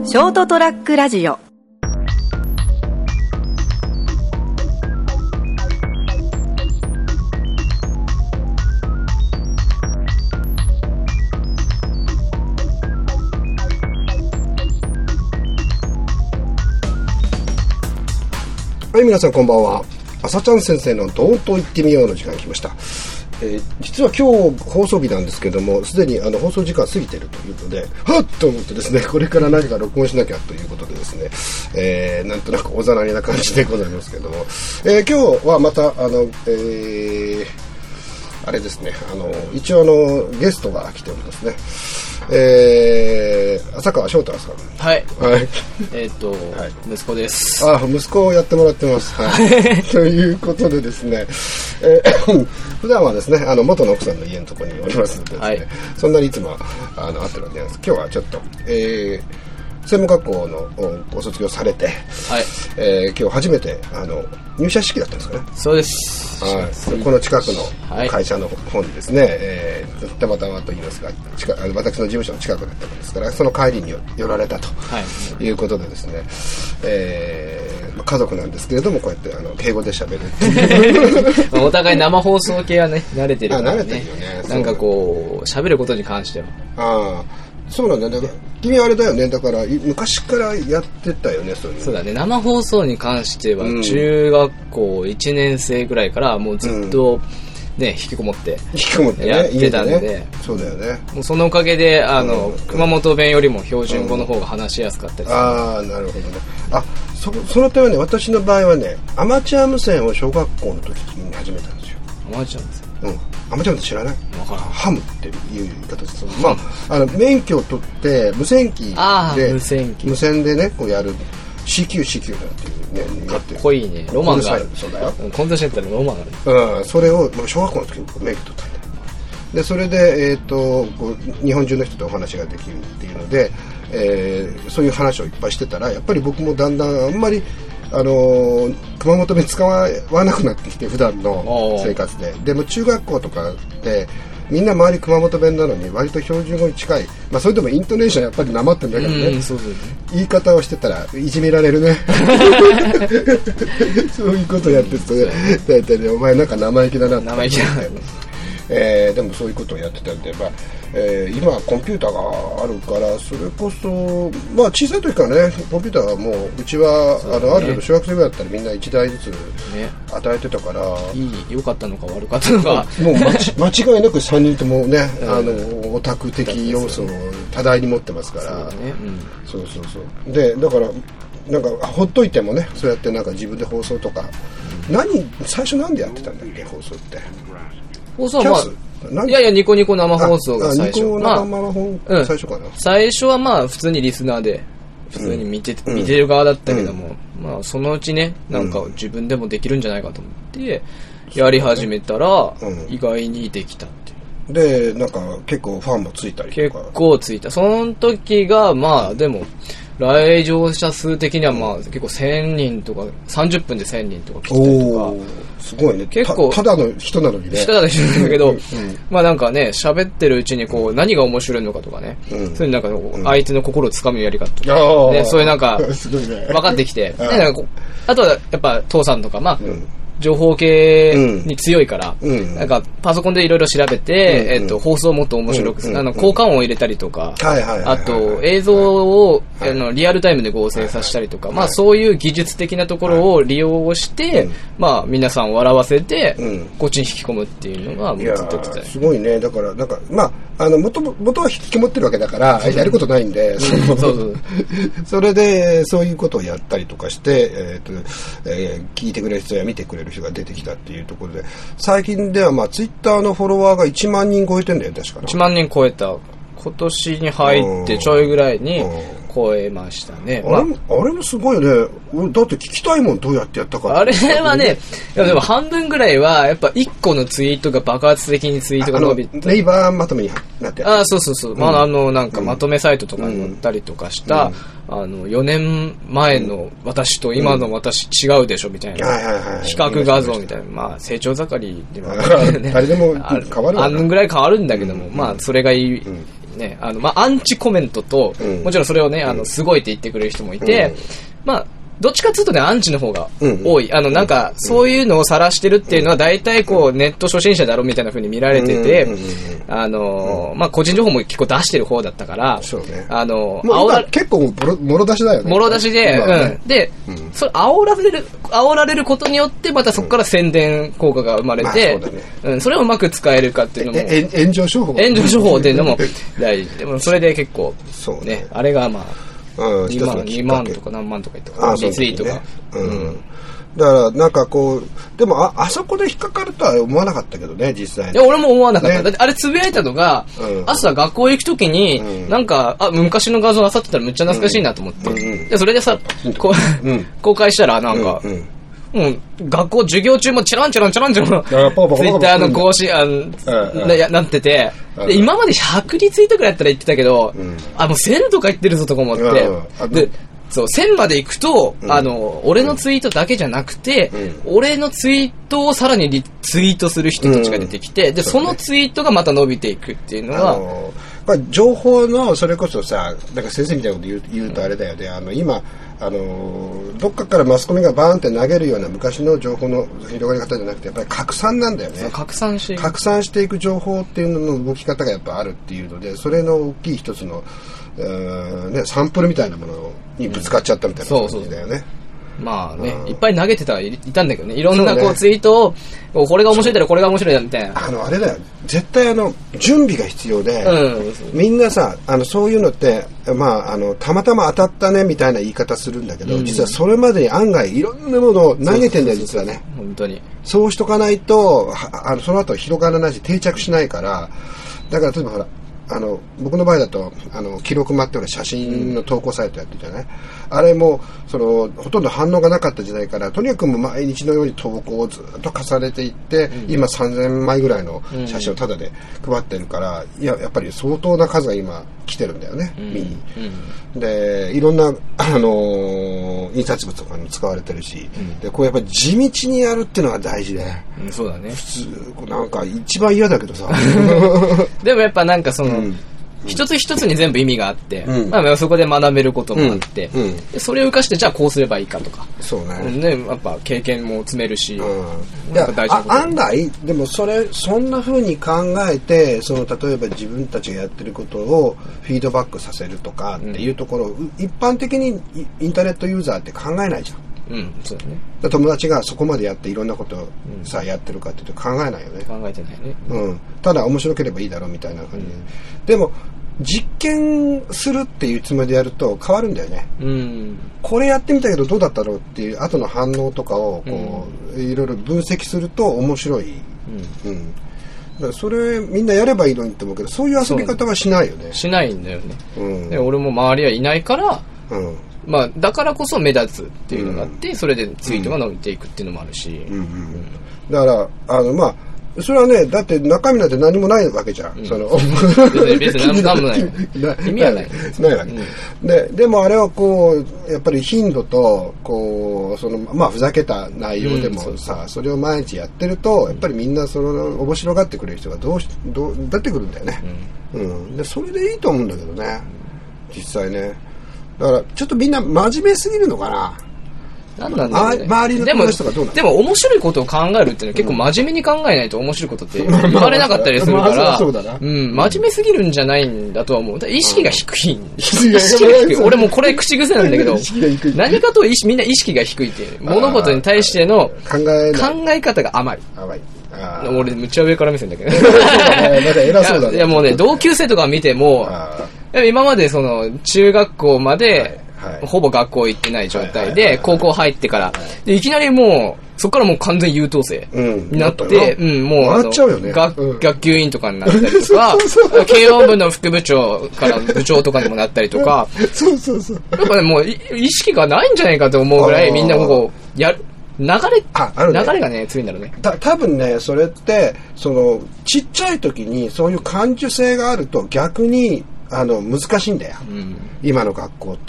ショートトラックラジオ。 はい、皆さんこんばんは。朝ちゃん先生のどーんと言ってみようの時間が来ました。実は今日放送日なんですけども、すでに放送時間過ぎているということで、はっと思ってですね、これから何か録音しなきゃということでですね、なんとなくおざなりな感じでございますけども、今日はまたあれですね、一応ゲストが来ておりますね。浅川翔太さん。 はい。 はい。 はい、息子です。 息子をやってもらってます。はい。ということでですね、普段はですね、元の奥さんの家のところにおりますのでですね、はい、そんなにいつも会ってるわけなんです。今日はちょっと、専門学校のご卒業されて、はい、今日初めて入社式だったんですかね。 そうです。 はい、この近くの会社の方にですね、たまたまと言いますが、私の事務所の近くだったものですから、その帰りに寄られたということでですね、家族なんですけれども、こうやって敬語で喋るっていうお互い生放送系はね慣れてるからね。 慣れてるよね。 なんかこう喋ることに関しては。 そうなんだよね。君はあれだよね。だから昔からやってたよね。 そうだね。生放送に関しては中学校1年生ぐらいからもうずっとね、引きこもってやってたんで、 ね、そうだよね。 もうそのおかげで熊本弁よりも標準語の方が話しやすかったりする。 なるほどね。その点はね、私の場合はね、アマチュア無線を小学校の時に始めたんですよ。 アマチュア無線。 アマチュアって知らない？ハムっていう言い方です。免許を取って無線機で無線でねこうやる CQ なんていうね。 かっこいいね。ロマンがある。 そうだよ。 コントシェンターのロマンがある。 それを小学校の時に免許取ったんだよ。でそれで日本中の人とお話ができるっていうので、そういう話をいっぱいしてたらやっぱり僕もだんだんあんまり熊本弁使わなくなってきて普段の生活で。でも中学校とかでみんな周り熊本弁なのに割と標準語に近い、それでもイントネーションやっぱりなまってんだけどね、 そうそうね、 言い方をしてたらいじめられるねそういうことやってるとね、大体ね、お前なんか生意気だなって生意気だでもそういうことをやってたんで、今はコンピューターがあるからそれこそ、小さい時からねコンピューターはもううちはある程度小学生ぐらいだったらみんな1台ずつ与えてたから、 良かったのか悪かったのかもう間違いなく3人ともね、オタク的要素を多大に持ってますから、そうでだからなんかほっといてもね、そうやってなんか自分で放送とか最初なんでやってたんだっけ、放送って放送はいやニコニコ生放送が最初。 ニコ生放送最初かな。 最初は普通にリスナーで普通に見てる側だったけども、そのうちねなんか自分でもできるんじゃないかと思ってやり始めたら意外にできたっていう。でなんか結構ファンもついたりとか。 結構ついた。その時がでも来場者数的には結構1000人とか30分で1000人とか来たりとか。 すごいね。 結構ただの人なのにね。 ただの人なんだけど、なんかね喋ってるうちに何が面白いのかとかね、そういうなんか相手の心をつかむやり方とか、ね、そういうなんか分かってきて、あとはやっぱ父さんとか情報系に強いから、なんかパソコンでいろいろ調べて、放送をもっと面白くする、効果音を入れたりとか、あと映像をリアルタイムで合成させたりとか、そういう技術的なところを利用して、皆さんを笑わせて、こっちに引き込むっていうのがずっと来た。 すごいね。だからなんか元は引きこもってるわけだからやることないんで、それでそういうことをやったりとかして、聞いてくれる人や見てくれる人が出てきたっていうところで、最近ではツイッターのフォロワーが1万人超えてんだよ確か。 1万人超えた。今年に入ってちょいぐらいに超えましたね。 あれもすごいよね。だって聞きたいもん、どうやってやったか。 あれはね、でも半分ぐらいはやっぱ1個のツイートが爆発的にツイートが伸びて、 ネイバーまとめになって。 そう、なんかまとめサイトとかに載ったりとかした、4年前の私と今の私違うでしょみたいな比較画像みたいな、成長盛りでも誰でも変わるわな。 半分ぐらい変わるんだけども、それがいいね、アンチコメントと、もちろんそれをね、すごいって言ってくれる人もいて、どっちかっていうとね、アンチの方が多い。なんか、そういうのを晒してるっていうのは、大体こう、ネット初心者だろみたいな風に見られてて、個人情報も結構出してる方だったから、 そうね。結構、もろ出しだよね。 もろ出しで、で、それ、煽られることによって、またそこから宣伝効果が生まれて、それをうまく使えるかっていうのも、 炎上処方っていうのも大事。でも、それで結構、ね、あれが2万とか何万とか言ってたリツイートが。 だからなんかこうでもあそこで引っかかるとは思わなかったけどね実際に。 いや俺も思わなかった。だってあれつぶやいたのが、朝学校行くときに、なんか昔の画像あさってたらめっちゃ懐かしいなと思って。でそれでさ公開したらなんか。学校授業中もチランツイッターの更新なってて、で今まで100リツイートくらいやったら言ってたけど、もう1000とか言ってるぞとか思って、でそう1000まで行くと、俺のツイートだけじゃなくて、俺のツイートをさらにリツイートする人たちが出てきて、でそのツイートがまた伸びていくっていうのは、 情報のそれこそさ、なんか先生みたいなこと言うとあれだよね。今どっかからマスコミがバーンって投げるような昔の情報の広がり方じゃなくて、やっぱり拡散なんだよね。 拡散していく情報っていうのの動き方がやっぱあるっていうので、それの大きい一つの、サンプルみたいなものにぶつかっちゃったみたいな感じだよね。 まあね、いっぱい投げていたんだけどね、いろんなこうツイートを、これが面白いだろ、これが面白いだみたいな。 あれだよ、絶対準備が必要で、みんなさ、そういうのって、たまたま当たったねみたいな言い方するんだけど、実はそれまでに案外いろんなものを投げてんだよ、実はね。 本当に。 そうしとかないと、その後広がらないし、定着しないから、だから例えばほら、僕の場合だと記録待って俺写真の投稿サイトやってたね、あれもほとんど反応がなかった時代からとにかく毎日のように投稿をずっと重ねていって、今3000枚ぐらいの写真をタダで配ってるから、やっぱり相当な数が今来てるんだよね、見に。でいろんな印刷物とかに使われてるし、でこうやっぱり地道にやるっていうのが大事で、 そうだね。 普通なんか一番嫌だけどさでもやっぱなんか一つ一つに全部意味があって、そこで学べることもあって、でそれを生かしてじゃあこうすればいいかとか、 そうね、 やっぱ経験も積めるし、 案外でもそんな風に考えて例えば自分たちがやってることをフィードバックさせるとかっていうところ、一般的にインターネットユーザーって考えないじゃん。 そうだね。 友達がそこまでやっていろんなことをやってるかっていうと考えないよね。 考えてないね。 ただ面白ければいいだろうみたいな感じで。でも実験するっていうつもりでやると変わるんだよね。これやってみたけどどうだったろうっていう後の反応とかをいろいろ分析すると面白い。だからそれみんなやればいいのにって思うけど、そういう遊び方はしないよね。 しないんだよね。で俺も周りはいないから。だからこそ目立つっていうのがあって、それでツイートが伸びていくっていうのもあるし、 だからそれはね、だって中身なんて何もないわけじゃん。別に何もない。意味はない。 ないわけ。でもあれはやっぱり頻度とふざけた内容でもさ、それを毎日やってるとやっぱりみんな面白がってくれる人が出てくるんだよね。でそれでいいと思うんだけどね、実際ね。だからちょっとみんな真面目すぎるのかな。 なんなんだろうね。 周りの友達とかどうなの？ でも面白いことを考えるっていうのは結構真面目に考えないと面白いことって言われなかったりするから、真面目すぎるんじゃないんだとは思う。意識が低い。意識が低い。俺もこれ口癖なんだけど、何かとみんな意識が低いっていう。物事に対しての考え方が甘い。俺むっちゃ上から目線だけど。 偉そうだね。 いやもうね、同級生とか見ても、今まで中学校までほぼ学校行ってない状態で高校入ってからでいきなりもうそこからもう完全優等生になってもう学級委員とかになったりとか慶応部の副部長から部長とかにもなったりとかやっぱねもう意識がないんじゃないかと思うぐらいみんなやる流れがね強いんだろうね。 多分ねそれってちっちゃい時にそういう感受性があると逆に難しいんだよ、今の学校って。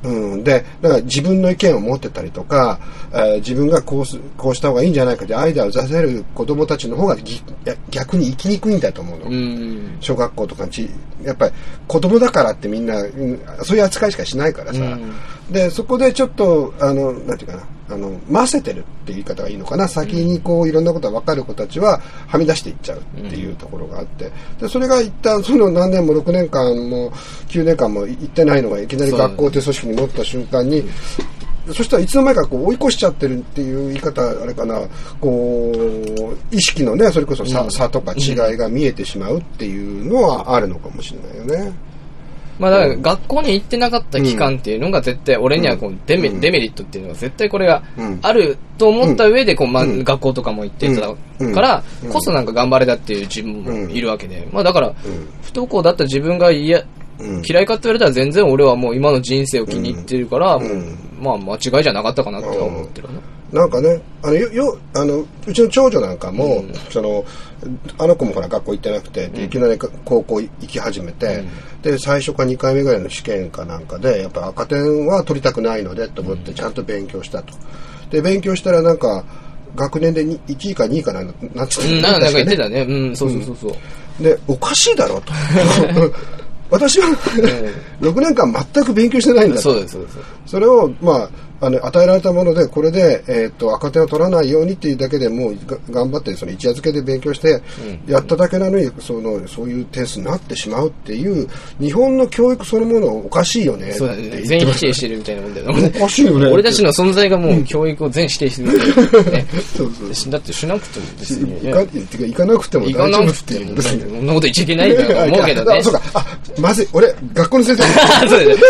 で、だから自分の意見を持ってたりとか、自分がこうした方がいいんじゃないかってアイデアを出せる子供たちの方が逆に生きにくいんだと思うの。小学校とかやっぱり子供だからってみんな、そういう扱いしかしないからさ。で、そこでちょっと、なんていうかな、混ぜてるって言い方がいいのかな。先にこういろんなことが分かる子たちははみ出していっちゃうっていうところがあって、でそれが一旦その何年も6年間も9年間も行ってないのがいきなり学校という組織に戻った瞬間に、そしたらいつの間にかこう追い越しちゃってるっていう言い方あれかな、こう意識のね、それこそ差とか違いが見えてしまうっていうのはあるのかもしれないよね。 まあだから学校に行ってなかった期間っていうのが絶対俺にはこうデメリットっていうのが絶対これがあると思った上でこう学校とかも行ってたからこそなんか頑張れたっていう自分もいるわけで、まあだから不登校だった自分が嫌いかって言われたら全然俺はもう今の人生を気に入ってるからまあ間違いじゃなかったかなって思ってるね。 なんかね、うちの長女なんかも、あの子もほら学校行ってなくて、いきなり高校行き始めて、で、最初か2回目ぐらいの試験かなんかで、やっぱ赤点は取りたくないのでと思ってちゃんと勉強したと。で、勉強したらなんか、学年で1位か2位かなんて言ってたね。 なんか言ってたね。そう。 で、おかしいだろうと。私は6年間全く勉強してないんだと。 そうです。 それを、まあ、与えられたもので、これで、赤点を取らないようにっていうだけでもう頑張って、その一夜漬けで勉強して、やっただけなのに、そういう点数になってしまうっていう、日本の教育そのものおかしいよね。 そうだね。全否定してるみたいなもんだよね。 おかしいよね。 俺たちの存在がもう教育を全否定してる、ね。 そうだってしなくても別に、 行かなくても大丈夫っていうことですね。 そんなこと言っちゃいけないと思うけどね。 そうか。まずい。俺、学校の先生そうです。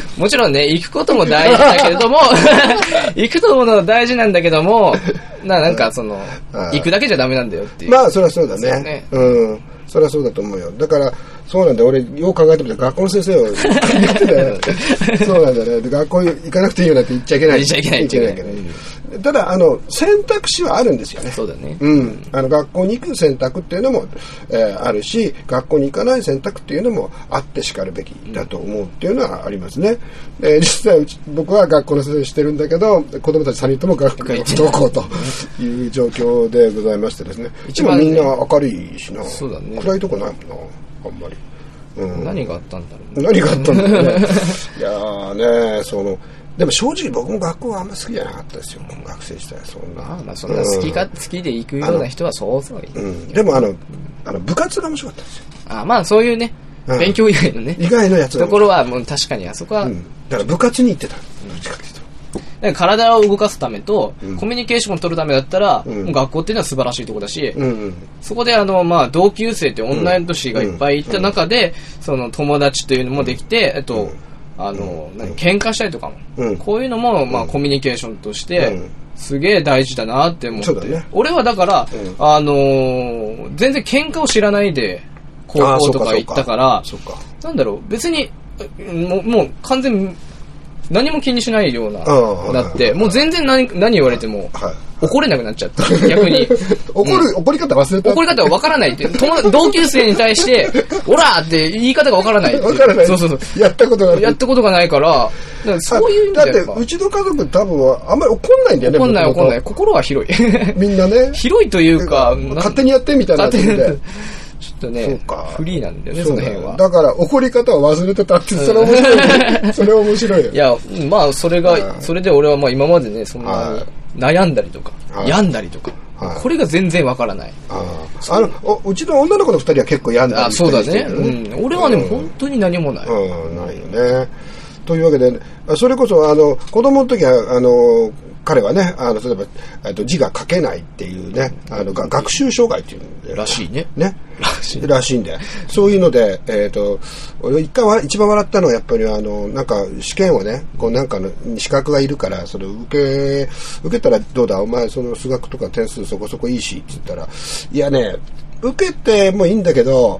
もちろんね、行くことも大事だけれども、行くとの大事なんだけども、なんか行くだけじゃダメなんだよっていう。 まあ、そりゃそうだね。そりゃそうだと思うよ。だから、そうなんだよ。俺、よく考えてみたら学校の先生を言ってたよ。そうなんだね。学校行かなくていいよなんて言っちゃいけない。 言っちゃいけない。 ただ、選択肢はあるんですよね。 そうだね。 学校に行く選択っていうのも、あるし、学校に行かない選択っていうのもあってしかるべきだと思うっていうのはありますね。実際、僕は学校の先生してるんだけど、子供たち3人とも学校に不登校という状況でございましてですね。一番みんな明るいしな。 そうだね。 暗いとこないもんな、あんまり。 何があったんだろうね。 何があったんだろうね。いやーね、でも正直僕も学校はあんま好きじゃなかったですよ。学生時代そんな。 まあそんな好きで行くような人はそうそういい。 でも部活が面白かったんですよ。 まあそういうね、勉強以外のね。 以外のやつところはもう確かにあそこは。 だから部活に行ってた。どっちかっていうと。 体を動かすためと、コミュニケーションを取るためだったら、もう学校っていうのは素晴らしいところだし、そこでまあ同級生って同い年がいっぱいいた中で、その友達というのもできて、喧嘩したりとかも、こういうのもまあコミュニケーションとして、すげえ大事だなって思って、俺はだから、全然喧嘩を知らないで高校とか行ったから、なんだろう、別にもう完全に何も気にしないようなだってもう全然何言われても怒れなくなっちゃった逆に怒り方忘れた怒り方が分からないって同級生に対してオラーって言い方が分からない分からないそうやったことがないからそういう意味でだってうちの家族多分あんまり怒んないんだよね怒んない心は広いみんなね広いというか勝手にやってみたいなちょっとね、フリーなんだよね、その辺は。 だから、怒り方を忘れてたって、それ面白い。それ面白いよ。 いや、まあ、それで俺はまあ今までね、そんなに悩んだりとか、病んだりとか、これが全然わからない。 うちの女の子の二人は結構病んだりそうだね。俺はね、本当に何もない。 ないよね。というわけで、それこそ、子供の時は、彼はね、例えば、字が書けないっていうね、学習障害っていうんで。 らしいね。 らしいんで。そういうので、俺一番笑ったのはやっぱりなんか試験をね、こうなんかの資格がいるから、それ受けたらどうだ、お前その数学とか点数そこそこいいしって言ったら、いやね、受けてもいいんだけど、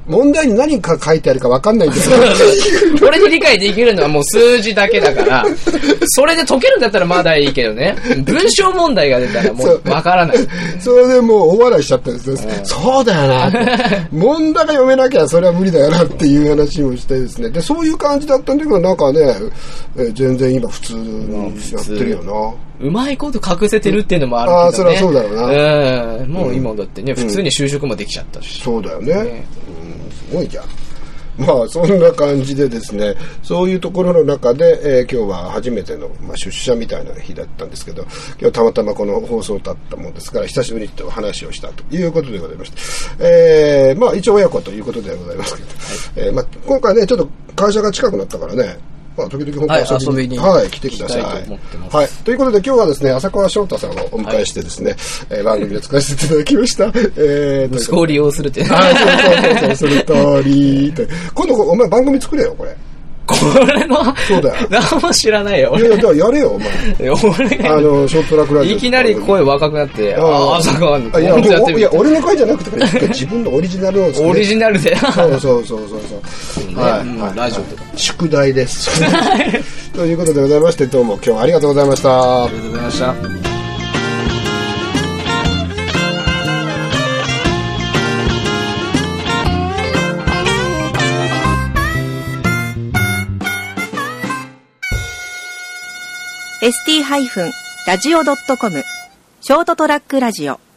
問題に何か書いてあるか分かんないんですよ。 これに理解できるのはもう数字だけだから、それで解けるんだったらまだいいけどね。文章問題が出たらもう分からない。 それでもう大笑いしちゃったんですね。そうだよな。問題が読めなきゃそれは無理だよなっていう話をしてですね。で、そういう感じだったんだけど、なんかね、全然今普通にやってるよな。 うまいこと隠せてるっていうのもあるけどね。 それはそうだろうな。 もう今だってね、普通に就職もできちゃったし。 そうだよね。すごいじゃん。まあそんな感じでですね、そういうところの中で、今日は初めての、出社みたいな日だったんですけど、今日たまたまこの放送だったもんですから、久しぶりにと話をしたということでございまして、一応親子ということでございますけど、今回ね、ちょっと会社が近くなったからね、時々本当に遊びに、来てください。はい。ということで今日はですね、浅川翔太さんをお迎えしてですね、番組で使わせていただきました。 息子を利用するって。 そう、その通り。今度お前番組作れよ、これ。 これの、そうだよ。何も知らないよ。 いや、やれよ、お前。 俺が、 ショートラックラジオ。 いきなり声若くなって、朝川に。 いや、俺の声じゃなくて、自分のオリジナルを作る。 オリジナルで。 そう。 はい。ラジオとか。 宿題です。ということでございまして、どうも今日はありがとうございました。 ありがとうございました。 ST-radio.com ショートトラックラジオ